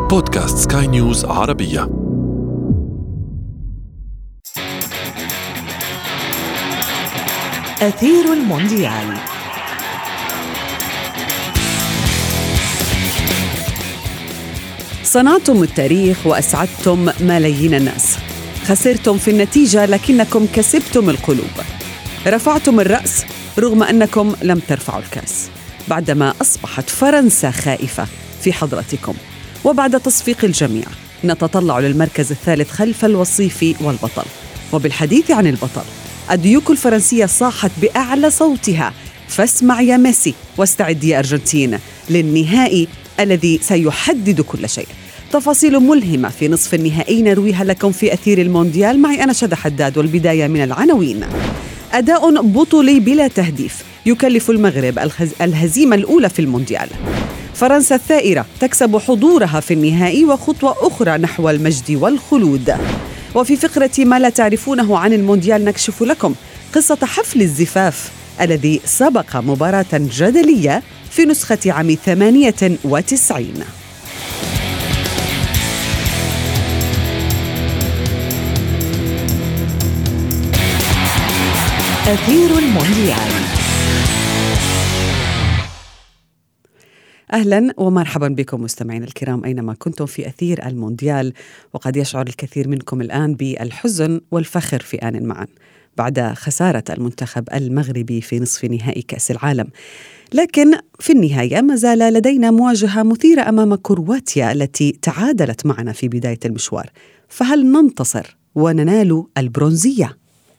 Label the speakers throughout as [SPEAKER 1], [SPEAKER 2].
[SPEAKER 1] بودكاست سكاي نيوز عربية.
[SPEAKER 2] أثير المونديال. صنعتم التاريخ وأسعدتم ملايين الناس. خسرتم في النتيجة لكنكم كسبتم القلوب. رفعتم الرأس رغم أنكم لم ترفعوا الكأس، بعدما أصبحت فرنسا خائفة في حضرتكم. وبعد تصفيق الجميع نتطلع للمركز الثالث خلف الوصيف والبطل. وبالحديث عن البطل، الديوك الفرنسية صاحت بأعلى صوتها: فاسمع يا ميسي واستعد يا أرجنتين للنهائي الذي سيحدد كل شيء. تفاصيل ملهمة في نصف النهائي نرويها لكم في أثير المونديال. معي أنا شذى حداد، والبداية من العناوين. أداء بطولي بلا تهديف يكلف المغرب الهزيمة الأولى في المونديال. فرنسا الثائرة تكسب حضورها في النهائي وخطوة أخرى نحو المجد والخلود. وفي فقرة ما لا تعرفونه عن المونديال نكشف لكم قصة حفل الزفاف الذي سبق مباراة جدلية في نسخة عام 98. أثير المونديال. أهلا ومرحبا بكم مستمعين الكرام أينما كنتم في أثير المونديال. وقد يشعر الكثير منكم الآن بالحزن والفخر في آن معا بعد خسارة المنتخب المغربي في نصف نهائي كأس العالم، لكن في النهاية ما زال لدينا مواجهة مثيرة أمام كرواتيا التي تعادلت معنا في بداية المشوار. فهل ننتصر وننال البرونزية؟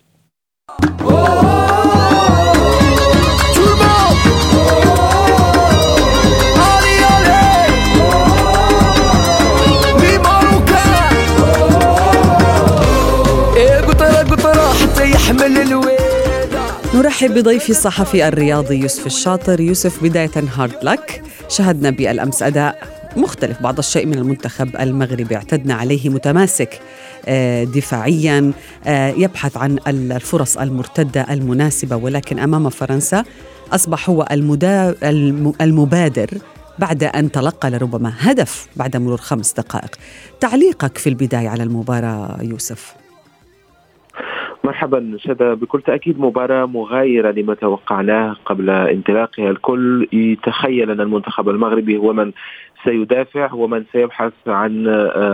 [SPEAKER 2] نرحب بضيفي الصحفي الرياضي يوسف الشاطر. يوسف، بداية هارد لك. شهدنا بالأمس أداء مختلف بعض الشيء من المنتخب المغربي، اعتدنا عليه متماسك دفاعيا، يبحث عن الفرص المرتدة المناسبة، ولكن أمام فرنسا أصبح هو المبادر بعد أن تلقى لربما هدف بعد مرور 5 دقائق. تعليقك في البداية على المباراة يوسف؟
[SPEAKER 3] مرحبا شذى. بكل تأكيد مباراة مغايرة لما توقعناه قبل انطلاقها. الكل يتخيل أن المنتخب المغربي هو من سيدافع ومن سيبحث عن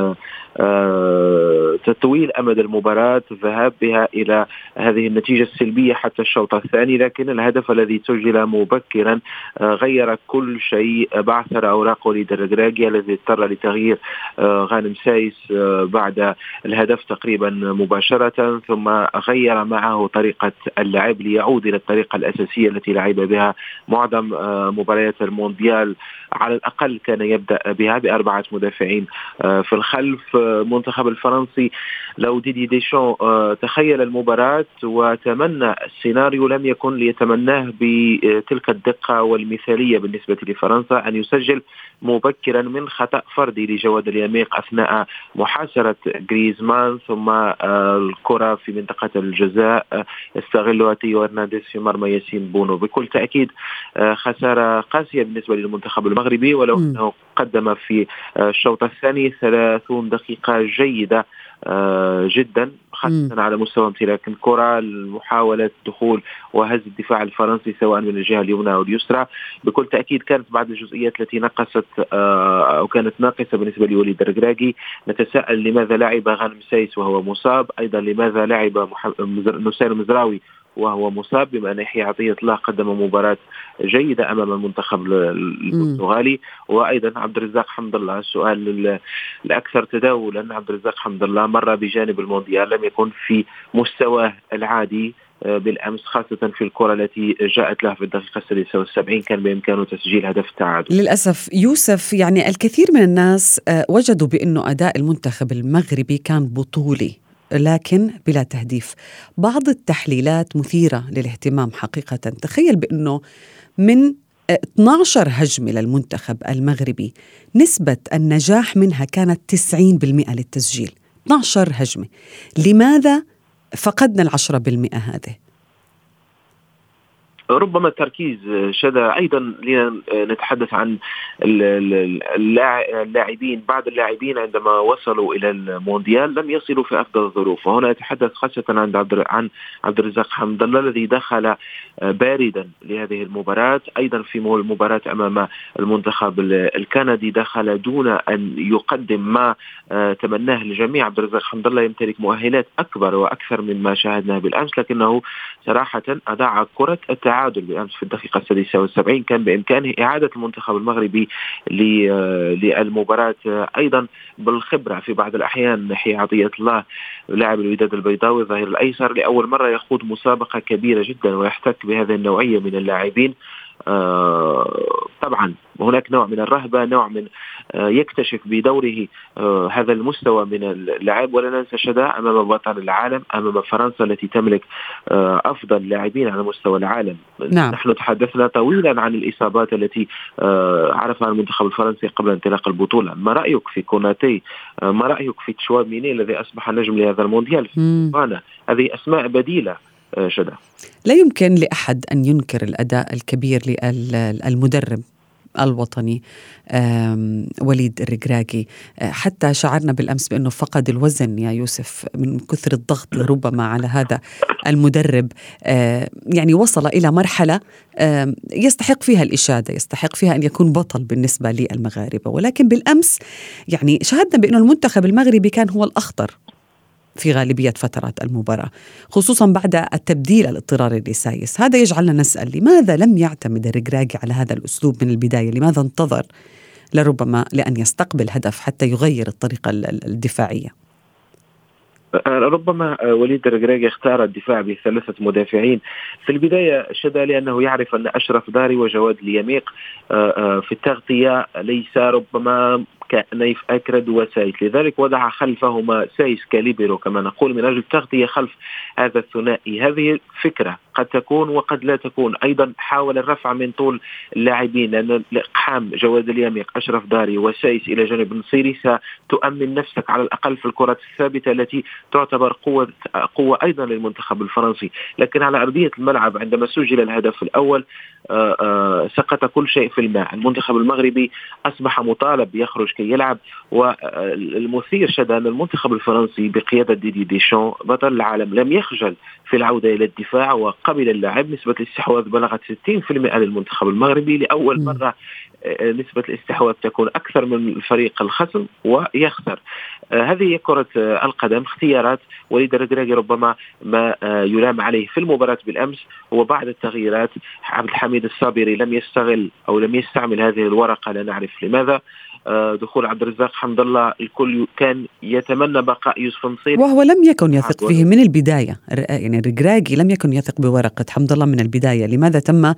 [SPEAKER 3] تطويل أمد المباراة، الذهاب بها إلى هذه النتيجة السلبية حتى الشوط الثاني. لكن الهدف الذي سجل مبكرا غير كل شيء، بعثر أوراق وليد الركراكي الذي اضطر لتغيير غانم سايس بعد الهدف تقريبا مباشرة، ثم غير معه طريقة اللعب ليعود إلى الطريقة الأساسية التي لعب بها معظم مباريات المونديال. على الأقل كان يبدأ بها ب4 مدافعين في الخلف. المنتخب الفرنسي لو ديدي ديشان تخيل المباراة وتمنى السيناريو لم يكن ليتمناه بتلك الدقة والمثالية بالنسبة لفرنسا، أن يسجل مبكرا من خطأ فردي لجواد اليميق أثناء محاصرة غريزمان، ثم الكرة في منطقة الجزاء يستغلها تيو هرنانديز في مرمى ياسين بونو. بكل تأكيد خسارة قاسية بالنسبة للمنتخب المغربي، ولو أنه قدم في الشوط الثاني 30 دقيقة جيدة جدا، خاصة على مستوى امتلاك الكرة، محاولة دخول وهز الدفاع الفرنسي سواء من الجهة اليمنى أو اليسرى. بكل تأكيد كانت بعض الجزئيات التي نقصت أو كانت ناقصة بالنسبة لوليد الركراكي. نتساءل لماذا لعب غانم سايس وهو مصاب، أيضا لماذا لعب نصير مزراوي وهو مصاب، بما أن يحيى عطية الله قدم مباراة جيدة أمام المنتخب البرتغالي. وأيضا عبد الرزاق حمد الله، السؤال الأكثر تداولا، عبد الرزاق حمد الله مر بجانب المونديال، لم يكن في مستواه العادي بالأمس، خاصة في الكرة التي جاءت له في الدقيقة 76 كان بإمكانه تسجيل هدف التعادل.
[SPEAKER 2] للأسف يوسف، يعني الكثير من الناس وجدوا بأنه أداء المنتخب المغربي كان بطولي لكن بلا تهديف. بعض التحليلات مثيرة للاهتمام حقيقة. تخيل بأنه من 12 هجمة للمنتخب المغربي نسبة النجاح منها كانت 90% للتسجيل. 12 هجمة، لماذا فقدنا 10% هذه؟
[SPEAKER 3] ربما التركيز شدا أيضا لنتحدث عن اللاعبين. بعض اللاعبين عندما وصلوا إلى المونديال لم يصلوا في أفضل الظروف، وهنا أتحدث خاصة عن عبد الرزاق حمد الله الذي دخل باردا لهذه المباراة. أيضا في المباراة أمام المنتخب الكندي دخل دون أن يقدم ما تمناه الجميع. عبد الرزاق حمد الله يمتلك مؤهلات أكبر وأكثر مما شاهدناه بالأمس، لكنه صراحة أضاع كرة التعادل بالأمس في الدقيقة 76. كان بإمكانه إعادة المنتخب المغربي للمباراة أيضا بالخبرة في بعض الأحيان. نحيي عطية الله لاعب الوداد البيضاوي الظهير الأيسر لأول مرة يخوض مسابقة كبيرة جدا ويحتك بهذه النوعية من اللاعبين. طبعا هناك نوع من الرهبة، نوع من يكتشف بدوره هذا المستوى من اللعب. ولا ننسى شدا أمام بطل العالم، أمام فرنسا التي تملك أفضل لاعبين على مستوى العالم.
[SPEAKER 2] نعم.
[SPEAKER 3] نحن تحدثنا طويلا عن الإصابات التي عرفها المنتخب الفرنسي قبل انطلاق البطولة. ما رأيك في كوناتي؟ ما رأيك في تشواميني الذي أصبح نجم لهذا المونديال؟ هذه أسماء بديلة شدا.
[SPEAKER 2] لا يمكن لأحد أن ينكر الأداء الكبير للمدرب الوطني وليد الركراكي. حتى شعرنا بالأمس بأنه فقد الوزن يا يوسف من كثر الضغط ربما على هذا المدرب. يعني وصل إلى مرحلة يستحق فيها الإشادة، يستحق فيها أن يكون بطل بالنسبة للمغاربة. ولكن بالأمس يعني شاهدنا بأنه المنتخب المغربي كان هو الأخطر في غالبية فترات المباراة، خصوصا بعد التبديل الاضطراري لسايس. هذا يجعلنا نسأل لماذا لم يعتمد الركراكي على هذا الأسلوب من البداية؟ لماذا انتظر لربما لأن يستقبل هدف حتى يغير الطريقة الدفاعية؟
[SPEAKER 3] ربما وليد الركراكي اختار الدفاع بثلاثة مدافعين في البداية شدا، لأنه يعرف أن أشرف داري وجواد ليميق في التغطية ليس ربما كنيف أكرد وسايس، لذلك وضع خلفهما سايس كاليبرو كما نقول من أجل التغطية خلف هذا الثنائي. هذه فكرة قد تكون وقد لا تكون. أيضا حاول الرفع من طول اللاعبين، لأن إقحام جواد اليميق أشرف داري وسايس إلى جانب النصيري ستؤمن نفسك على الأقل في الكرات الثابتة التي تعتبر قوة أيضا للمنتخب الفرنسي. لكن على أرضية الملعب عندما سجل الهدف الأول سقط كل شيء في الماء. المنتخب المغربي أصبح مطالب يخرج كي يلعب. والمثير شدا أن المنتخب الفرنسي بقيادة ديدي ديشان بطل العالم لم يخجل في العودة إلى الدفاع وقبل اللعب. نسبة الاستحواذ بلغت 60% للمنتخب المغربي. لأول مرة نسبة الاستحواذ تكون أكثر من الفريق الخصم ويخسر. هذه كرة القدم، اختيارات وليد الركراكي ربما ما يلام عليه في المباراة بالأمس وبعد التغييرات. عبد الحميد الصابري لم يستغل أو لم يستعمل هذه الورقة، لا نعرف لماذا. دخول عبد الرزاق حمد الله الكل كان يتمنى بقاء يوسف نصير،
[SPEAKER 2] وهو لم يكن يثق فيه من البداية. يعني الركراكي لم يكن يثق بورقة حمد الله من البداية. لماذا تم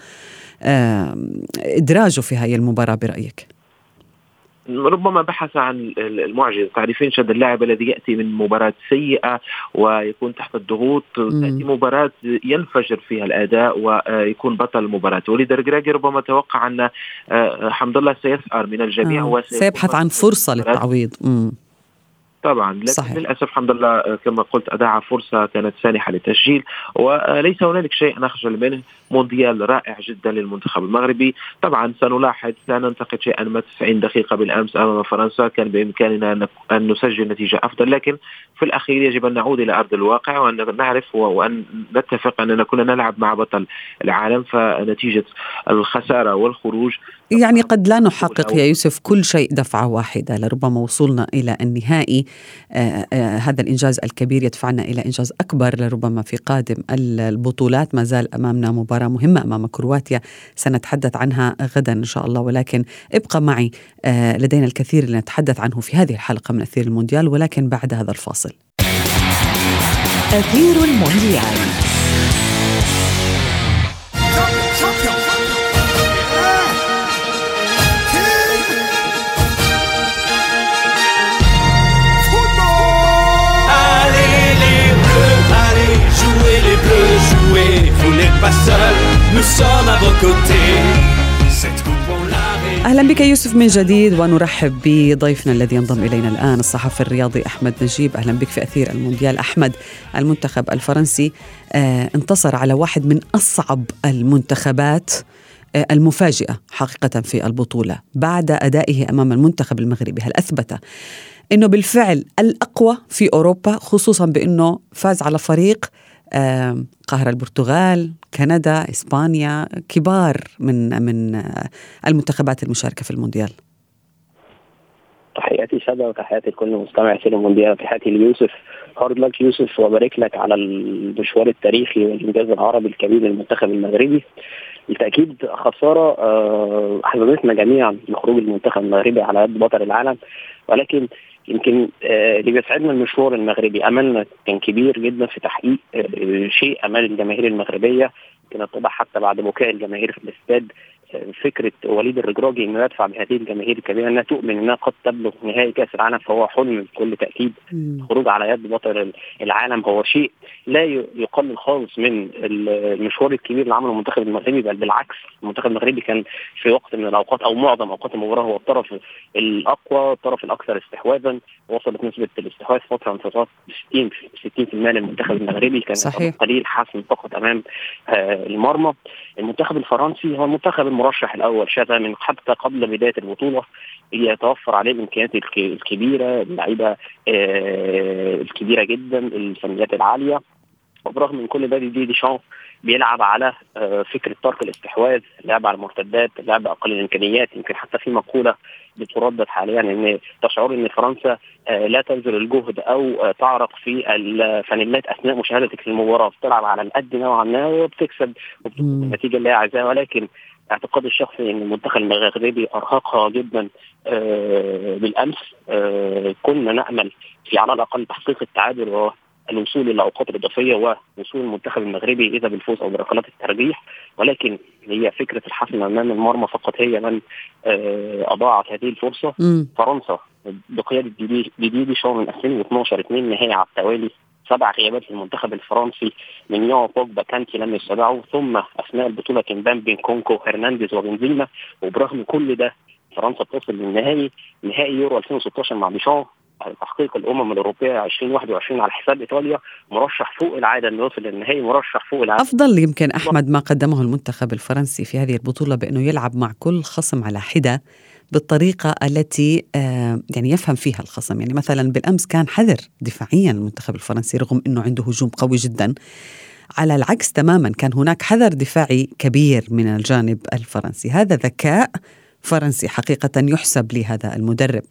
[SPEAKER 2] إدراجه في هذه المباراة برأيك؟
[SPEAKER 3] ربما بحث عن المعجزة. تعرفين شد اللاعب الذي يأتي من مباراة سيئة ويكون تحت الضغوط تأتي مباراة ينفجر فيها الأداء ويكون بطل المباراة. وليد الركراكي ربما توقع أن حمد الله سيثأر من الجميع
[SPEAKER 2] سيبحث عن فرصة للتعويض.
[SPEAKER 3] طبعا، لكن صحيح. للأسف حمد الله كما قلت أضاع فرصة كانت سانحة للتسجيل، وليس هنالك شيء نخجل منه. مونديال رائع جدا للمنتخب المغربي. طبعا سنلاحظ لا ننتقد شيئا ما 90 دقيقة بالأمس أمام فرنسا كان بإمكاننا أن نسجل نتيجة أفضل، لكن في الأخير يجب أن نعود إلى أرض الواقع وأن نعرف وأن نتفق أننا كنا نلعب مع بطل العالم. فنتيجة الخسارة والخروج
[SPEAKER 2] يعني قد لا نحقق يا يوسف كل شيء دفعة واحدة، لربما وصولنا إلى النهائي. هذا الإنجاز الكبير يدفعنا إلى إنجاز أكبر لربما في قادم البطولات. ما زال أمامنا مباراة مهمة أمام كرواتيا سنتحدث عنها غدا إن شاء الله، ولكن ابقى معي، لدينا الكثير لنتحدث عنه في هذه الحلقة من أثير المونديال، ولكن بعد هذا الفاصل.
[SPEAKER 4] أثير المونديال. Vous n'êtes pas seul, nous sommes à vos côtés. Cette coupe on l'a
[SPEAKER 2] أهلا بك يوسف من جديد، ونرحب بضيفنا الذي ينضم إلينا الآن الصحفي الرياضي أحمد نجيب. أهلا بك في أثير المونديال. أحمد، المنتخب الفرنسي انتصر على واحد من أصعب المنتخبات المفاجئة حقيقة في البطولة بعد أدائه أمام المنتخب المغربي. هل أثبت أنه بالفعل الأقوى في أوروبا، خصوصا بأنه فاز على فريق قهر البرتغال، كندا، إسبانيا، كبار من المنتخبات المشاركة في المونديال؟
[SPEAKER 4] تحياتي شادة وتحياتي لكل مستمع في المونديال، تحياتي ليوسف. هارد لك يوسف، وبارك لك على المشوار التاريخي والإنجاز العربي الكبير للمنتخب المغربي. بالتأكيد خسارة أحزنتنا جميعا لخروج المنتخب المغربي على يد بطل العالم، ولكن يمكن اللي بيسعدنا المشوار المغربي. أملنا كان كبير جدا في تحقيق شيء أمال الجماهير المغربية. كان اتضح حتى بعد بكاء الجماهير في الاستاد فكرة وليد الرجراجي انه يدفع بهذه الجماهير الكبيرة انها تؤمن انها قد تبلغ نهائي كأس العالم، فهو حلم بكل تأكيد. الخروج على يد بطل العالم هو شيء لا يقلل خالص من المشوار الكبير اللي عمله المنتخب المغربي، بل بالعكس. المنتخب المغربي كان في وقت من الأوقات أو معظم أوقات المباراة هو الطرف الأقوى، الطرف الأكثر استحواذا. وصلت نسبة الاستحواذ فترة من فترات 60% للمنتخب المغربي، كان قليل حاسم فقط أمام المرمى. المنتخب الفرنسي هو المنتخب المرشح الأول شذا من حتى قبل بداية البطولة، يتوفر عليه الإمكانيات الكبيرة، اللعيبة الكبيرة جدا، الفنيات العالية. وبرغم من كل ده ديشان بيلعب على فكرة ترك الاستحواذ، لعب على المرتدات، لعب أقل الإمكانيات. يمكن حتى في مقولة بتردد حاليا ان تشعر ان فرنسا لا تبذل الجهد او تعرق في الفانيلات اثناء مشاهدتك للمباراه، بتلعب على القد نوعا ما وبتكسب النتيجه اللي هي عايزاها. ولكن اعتقادي الشخصي ان المنتخب المغربي ارهقها جدا بالامس. كنا نامل في على الاقل تحقيق التعادل والوصول الى اوقات الاضافيه ووصول المنتخب المغربي اذا بالفوز او بركلات الترجيح، ولكن هي فكره الحسم امام المرمى فقط هي من اضاعت هذه الفرصه. فرنسا بقياده ديشان من 2012 2 نهائي على التوالي، 7 غيابات للمنتخب الفرنسي، من يو بوجبا كانتي لم يستدعوا، ثم اثناء البطوله كان بين كونكو هرنانديز وبنزيما. وبرغم كل ده فرنسا تصل للنهائي، نهائي يورو 2016 مع ديشان، تحقيق الامم الاوروبيه 2021 على حساب ايطاليا. مرشح فوق العاده انه يوصل للنهائي، مرشح فوق العاده.
[SPEAKER 2] افضل يمكن احمد ما قدمه المنتخب الفرنسي في هذه البطوله بانه يلعب مع كل خصم على حده بالطريقه التي يعني يفهم فيها الخصم. يعني مثلا بالامس كان حذر دفاعيا المنتخب الفرنسي رغم انه عنده هجوم قوي جدا، على العكس تماما كان هناك حذر دفاعي كبير من الجانب الفرنسي. هذا ذكاء فرنسي حقيقه يحسب لهذا المدرب.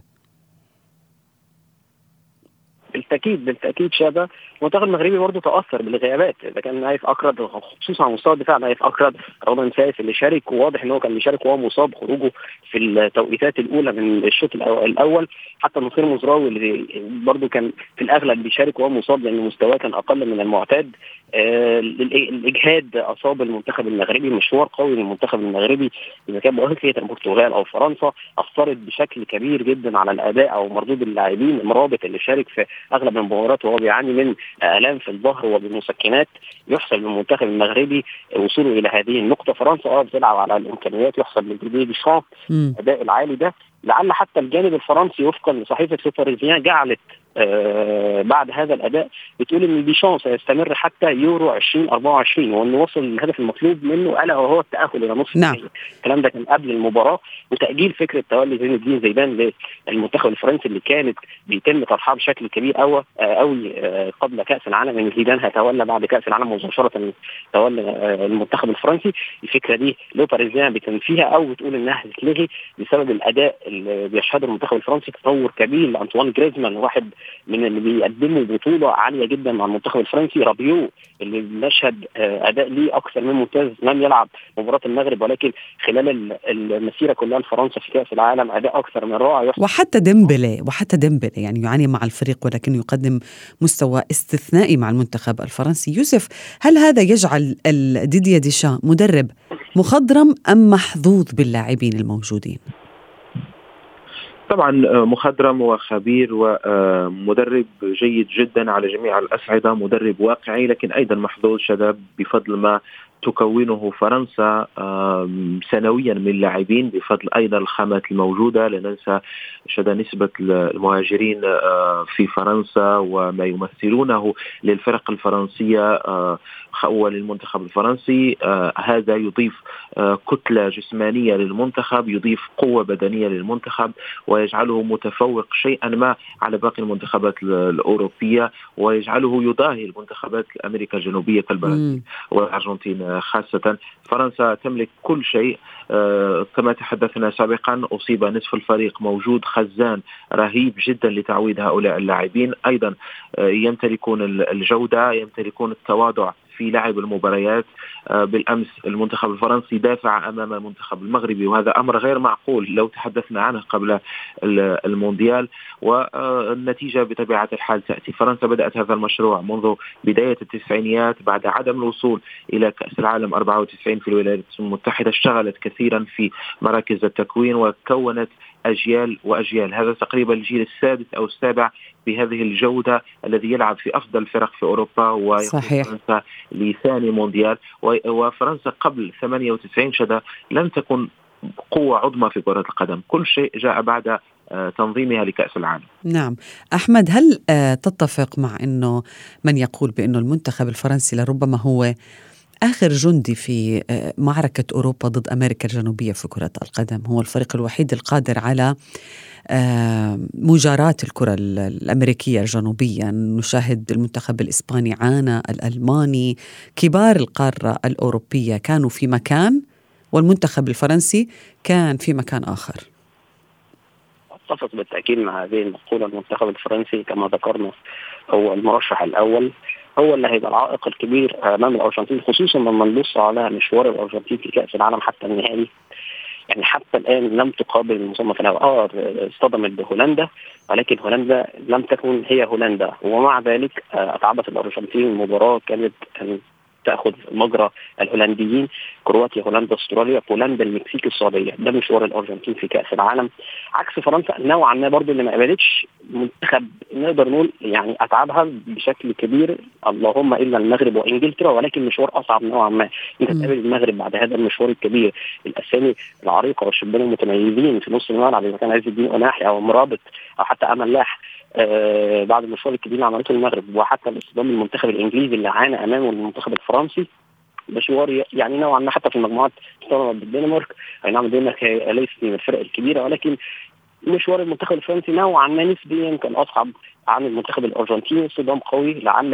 [SPEAKER 4] بالتأكيد شابة. المنتخب المغربي برضه تأثر بالغيابات. إذا كان نايف أكرد خصوصا على مستوى الدفاع، نايف أكرد، رمضان سايف اللي شارك، وواضح إنه كان بيشارك وهو مصاب، خروجه في التوقيتات الأولى من الشوط الأول. حتى نصير مزراوي اللي برضه كان في الأغلب بيشارك وهو مصاب لأن مستواه كان أقل من المعتاد. الإجهاد أصاب المنتخب المغربي. مشوار قوي للمنتخب المغربي، إذا كان مواجهة البرتغال أو فرنسا أثرت بشكل كبير جدا على الأداء أو مردود اللاعبين. مرابط اللي شارك في أغلب المباريات وهو بيعاني من آلام في الظهر وبالمسكنات، يحسب للمنتخب المغربي وصوله إلى هذه النقطة. فرنسا بتلعب على الإمكانيات، يحسب لديشان الأداء العالي ده. لعل حتى الجانب الفرنسي وفقا لصحيفة لوباريزيان جعلت بعد هذا الأداء بتقول إن ديشان سيستمر حتى يورو 2024 وإنه وصل للهدف المطلوب منه ألا وهو التأهل إلى نصف النهائي. الكلام ده كان قبل المباراة، وتأجيل فكرة تولي زين الدين زيدان للمنتخب الفرنسي اللي كانت بيتم طرحها بشكل كبير قوي قبل كأس العالم، إن زيدان هيتولى بعد كأس العالم مباشرة تولى المنتخب الفرنسي. الفكرة دي لوباريزيان بتنفيها أو بتقول إنها هتتلغي بسبب الأداء اللي بيشهده المنتخب الفرنسي. تطور كبير لأنطوان جريزمان، واحد من اللي بيقدموا بطولة عالية جدا مع المنتخب الفرنسي. رابيو اللي بنشهد أداء ليه أكثر من ممتاز، لم يلعب مباراة المغرب ولكن خلال المسيرة كلها لفرنسا في كأس العالم أداء أكثر من رائع.
[SPEAKER 2] وحتى ديمبلي يعني يعاني مع الفريق ولكن يقدم مستوى استثنائي مع المنتخب الفرنسي. يوسف، هل هذا يجعل ديدييه ديشان مدرب مخضرم أم محظوظ باللاعبين الموجودين؟
[SPEAKER 3] طبعا مخضرم وخبير ومدرب جيد جدا على جميع الأصعدة، مدرب واقعي لكن أيضا محظوظ شباب بفضل ما تكونه فرنسا سنويا من لاعبين بفضل أيضا الخامات الموجودة. لا ننسى شد نسبة المهاجرين في فرنسا وما يمثلونه للفرق الفرنسية وللمنتخب الفرنسي. هذا يضيف كتلة جسمانية للمنتخب، يضيف قوة بدنية للمنتخب، ويجعله متفوق شيئا ما على باقي المنتخبات الأوروبية، ويجعله يضاهي المنتخبات أمريكا الجنوبية كالبرازيل والأرجنتين خاصة. فرنسا تملك كل شيء كما تحدثنا سابقا. أصيب نصف الفريق موجود، خزان رهيب جدا لتعويض هؤلاء اللاعبين. أيضا يمتلكون الجودة، يمتلكون التواضع في لعب المباريات. بالأمس المنتخب الفرنسي دافع أمام المنتخب المغربي، وهذا أمر غير معقول لو تحدثنا عنه قبل المونديال. والنتيجة بطبيعة الحال تأتي. فرنسا بدأت هذا المشروع منذ بداية التسعينيات بعد عدم الوصول إلى كأس العالم 94 في الولايات المتحدة. اشتغلت كثيرا في مراكز التكوين وكونت أجيال وأجيال. هذا تقريبا الجيل السادس أو السابع بهذه الجودة الذي يلعب في أفضل فرق في أوروبا، ويخوض فرنسا لثاني مونديال. وفرنسا قبل 98 شدة لم تكن قوة عظمى في كرة القدم. كل شيء جاء بعد تنظيمها لكأس العالم.
[SPEAKER 2] نعم. أحمد، هل تتفق مع أنه من يقول بأنه المنتخب الفرنسي لربما هو آخر جندي في معركة أوروبا ضد أمريكا الجنوبية في كرة القدم؟ هو الفريق الوحيد القادر على مجاراة الكرة الأمريكية الجنوبية. نشاهد المنتخب الإسباني عانى، الألماني، كبار القارة الأوروبية كانوا في مكان، والمنتخب الفرنسي كان في مكان آخر.
[SPEAKER 4] أتفق بالتأكيد مع هذه المقولة. المنتخب الفرنسي كما ذكرنا هو المرشح الأول، هو اللي هيبقى العائق الكبير أمام الأرجنتين، خصوصا لما نبص على مشوار الأرجنتين في كأس العالم حتى النهائي. يعني حتى الآن لم تقابل المصنف الأول. اصطدمت بهولندا، ولكن هولندا لم تكن هي هولندا، ومع ذلك أتعبت الأرجنتين. المباراة كانت تأخذ مجرى الهولنديين، كرواتيا، هولندا، استراليا، بولندا، المكسيك، السعودية. ده مشوار الأرجنتين في كأس العالم، عكس فرنسا نوعا ما برضو اللي ما قابلتش منتخب نقدر نقول يعني أتعبها بشكل كبير، اللهم إلا المغرب وإنجلترا، ولكن مشوار أصعب نوعا ما. أنت تقابل المغرب بعد هذا المشوار الكبير، الأسامي العريقة والشبان المتميزين في نص الملعب إذا كان عز الدين قناحي أو مرابط أو حتى أمل لاح بعد المشوار الكبير اللي عملته المغرب، وحتى الاصطدام المنتخب الانجليزي اللي عانى امامه المنتخب الفرنسي. مشوار يعني نوعا ما حتى في المجموعات اصطدمت بالدنمارك. اي نعم الدنمارك ليست من الفرق الكبيره، ولكن مشوار المنتخب الفرنسي نوعا ما نسبيا كان اصعب عن المنتخب الارجنتيني. اصطدام قوي، لعل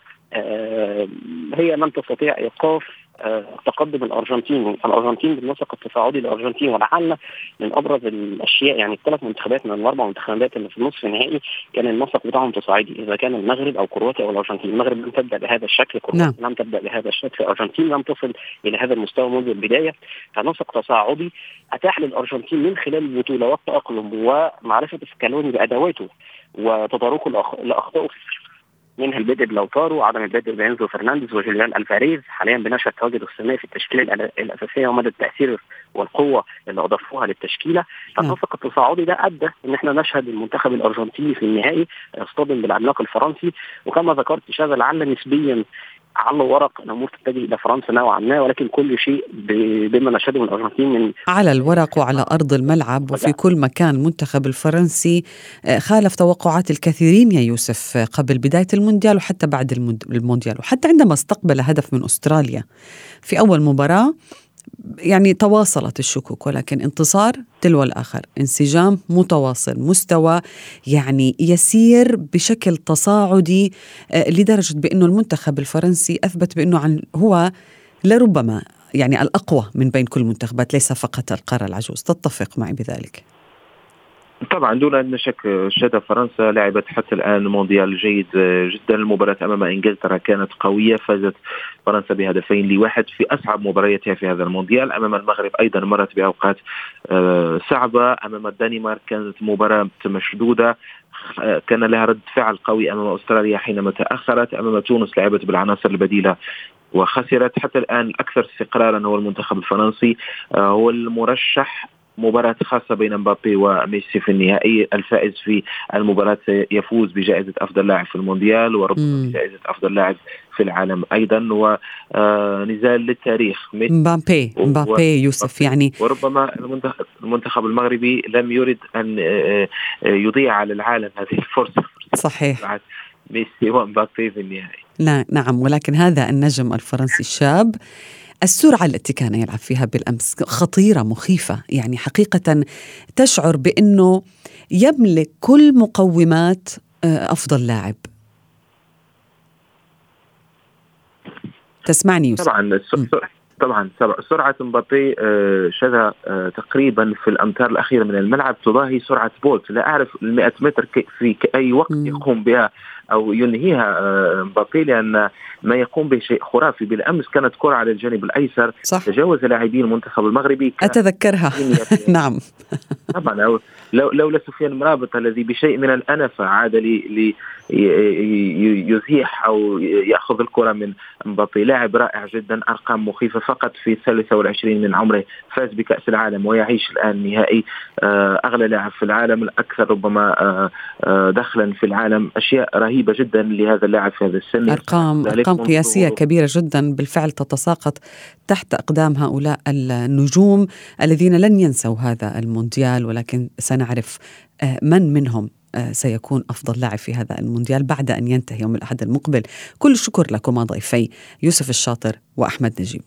[SPEAKER 4] هي لم تستطيع ايقاف تقدم الأرجنتين بالنسق التصاعدي للأرجنتين. ولعل من أبرز الأشياء يعني الثلاث منتخبات من الأربع منتخبات اللي في النصف النهائي كان النسق بتاعهم تصاعدي، إذا كان المغرب أو كرواتيا أو الأرجنتين. المغرب لم تبدأ بهذا الشكل، كرواتيا لم تبدأ بهذا الشكل، الأرجنتين لم تصل إلى هذا المستوى منذ البداية. فنسق تصاعدي أتاح للأرجنتين من خلال البطولة والتأقلم ومعرفة سكالوني بأدواته وتطرقه لأخطائه، منها البدء بلوتارو، عدم البدء بإنزو فرنانديز وجوليان ألفاريز. حاليا بنشهد تواجد الثنائي في التشكيلة الأساسية ومدى التأثير والقوة اللي أضافوها للتشكيلة. فالنسق التصاعدي ده أدى إن احنا نشهد المنتخب الأرجنتيني في النهائي يصطدم بالعملاق الفرنسي. وكما ذكرت شاذ لعل نسبيا على الورق الأمور تتجه إلى فرنسا نوعا ما، ولكن كل شيء بما نشهده من الأرجنتين من
[SPEAKER 2] على الورق وعلى أرض الملعب وفي كل مكان. المنتخب الفرنسي خالف توقعات الكثيرين يا يوسف قبل بداية المونديال وحتى بعد المونديال، وحتى عندما استقبل هدف من أستراليا في أول مباراة يعني تواصلت الشكوك، ولكن انتصار تلو الآخر، انسجام متواصل، مستوى يعني يسير بشكل تصاعدي لدرجة بأنه المنتخب الفرنسي أثبت بأنه هو لربما يعني الأقوى من بين كل المنتخبات، ليس فقط القارة العجوز. تتفق معي بذلك؟
[SPEAKER 3] طبعا دون أن شك شهد فرنسا لعبت حتى الآن مونديال جيد جدا. المباراة أمام إنجلترا كانت قوية، فازت فرنسا ب2-1 في أصعب مبارياتها في هذا المونديال. أمام المغرب أيضا مرت بأوقات صعبة. أمام الدنمارك كانت مباراة مشدودة، كان لها رد فعل قوي أمام أستراليا حينما تأخرت. أمام تونس لعبت بالعناصر البديلة وخسرت. حتى الآن أكثر استقرارا هو المنتخب الفرنسي، هو المرشح مباراة خاصة بين مبابي وميسي في النهائي. الفائز في المباراة يفوز بجائزة أفضل لاعب في المونديال وربما بجائزة أفضل لاعب في العالم أيضا، ونزال للتاريخ.
[SPEAKER 2] مبابي يوسف يعني،
[SPEAKER 3] وربما المنتخب المغربي لم يرد أن يضيع على العالم هذه الفرصة.
[SPEAKER 2] صحيح،
[SPEAKER 3] ميسي ومبابي في النهائي.
[SPEAKER 2] لا نعم، ولكن هذا النجم الفرنسي الشاب السرعة التي كان يلعب فيها بالأمس خطيرة مخيفة، يعني حقيقة تشعر بأنه يملك كل مقومات أفضل لاعب. تسمعني يوسف؟
[SPEAKER 3] طبعا سرعة مبابي شذا تقريبا في الأمتار الأخيرة من الملعب تضاهي سرعة بولت. لا أعرف 100 متر في أي وقت يقوم بها أو ينهيها مبابي، لأن ما يقوم به شيء خرافي. بالأمس كانت كرة على الجانب الأيسر تجاوز لاعبين المنتخب المغربي،
[SPEAKER 2] أتذكرها. نعم
[SPEAKER 3] طبعا، لولا سفيان مرابط الذي بشيء من الأنفة عاد يزيح أو يأخذ الكرة من مبابي. لاعب رائع جدا، أرقام مخيفة. فقط في 23 من عمره فاز بكأس العالم ويعيش الآن نهائي. أغلى لاعب في العالم، الأكثر ربما دخلا في العالم. أشياء رهيبة جدا لهذا اللاعب في هذا السن.
[SPEAKER 2] أرقام قياسية كبيرة جدا بالفعل تتساقط تحت أقدام هؤلاء النجوم الذين لن ينسوا هذا المونديال، ولكن سنعرف من منهم سيكون أفضل لاعب في هذا المونديال بعد أن ينتهي يوم الأحد المقبل. كل الشكر لكم ضيفي يوسف الشاطر وأحمد نجيب.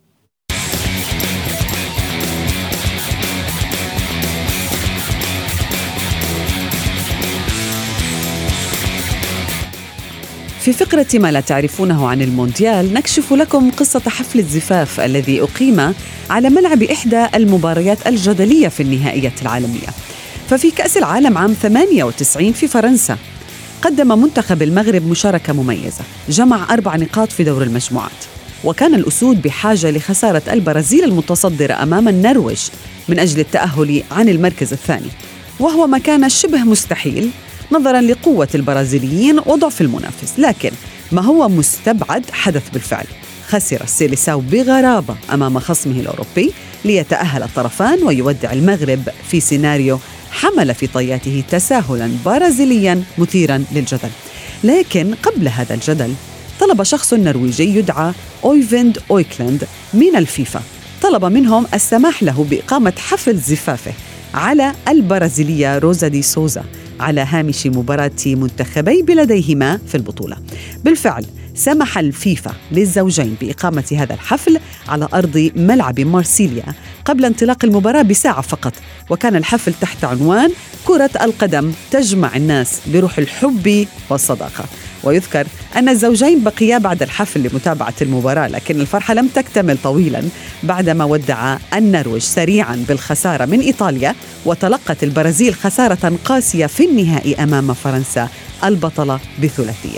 [SPEAKER 2] في فقرة ما لا تعرفونه عن المونديال نكشف لكم قصة حفل الزفاف الذي أقيم على ملعب إحدى المباريات الجدلية في النهائيات العالمية. ففي كأس العالم عام 98 في فرنسا قدم منتخب المغرب مشاركة مميزة، جمع 4 نقاط في دور المجموعات، وكان الأسود بحاجة لخسارة البرازيل المتصدرة أمام النرويج من أجل التأهل عن المركز الثاني، وهو ما كان شبه مستحيل نظراً لقوة البرازيليين وضعف المنافس. لكن ما هو مستبعد حدث بالفعل، خسر السيليساو بغرابة أمام خصمه الأوروبي ليتأهل الطرفان ويودع المغرب في سيناريو حمل في طياته تساهلاً برازيلياً مثيراً للجدل. لكن قبل هذا الجدل طلب شخص نرويجي يدعى أويفيند أويكلاند من الفيفا، طلب منهم السماح له بإقامة حفل زفافه على البرازيلية روزا دي سوزا على هامش مباراة منتخبي بلديهما في البطولة. بالفعل سمح الفيفا للزوجين بإقامة هذا الحفل على أرض ملعب مارسيليا قبل انطلاق المباراة بساعة فقط، وكان الحفل تحت عنوان كرة القدم تجمع الناس بروح الحب والصداقة. ويذكر أن الزوجين بقيا بعد الحفل لمتابعة المباراة، لكن الفرحة لم تكتمل طويلا بعدما ودع النرويج سريعا بالخسارة من إيطاليا، وتلقت البرازيل خسارة قاسية في النهائي أمام فرنسا البطلة بثلاثية.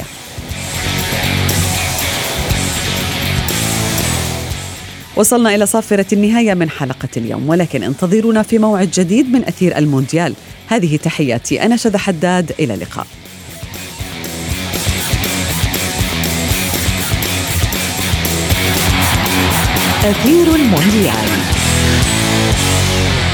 [SPEAKER 2] وصلنا إلى صافرة النهاية من حلقة اليوم، ولكن انتظرونا في موعد جديد من أثير المونديال. هذه تحياتي، أنا شذى حداد، إلى اللقاء.
[SPEAKER 5] أثير المونديال.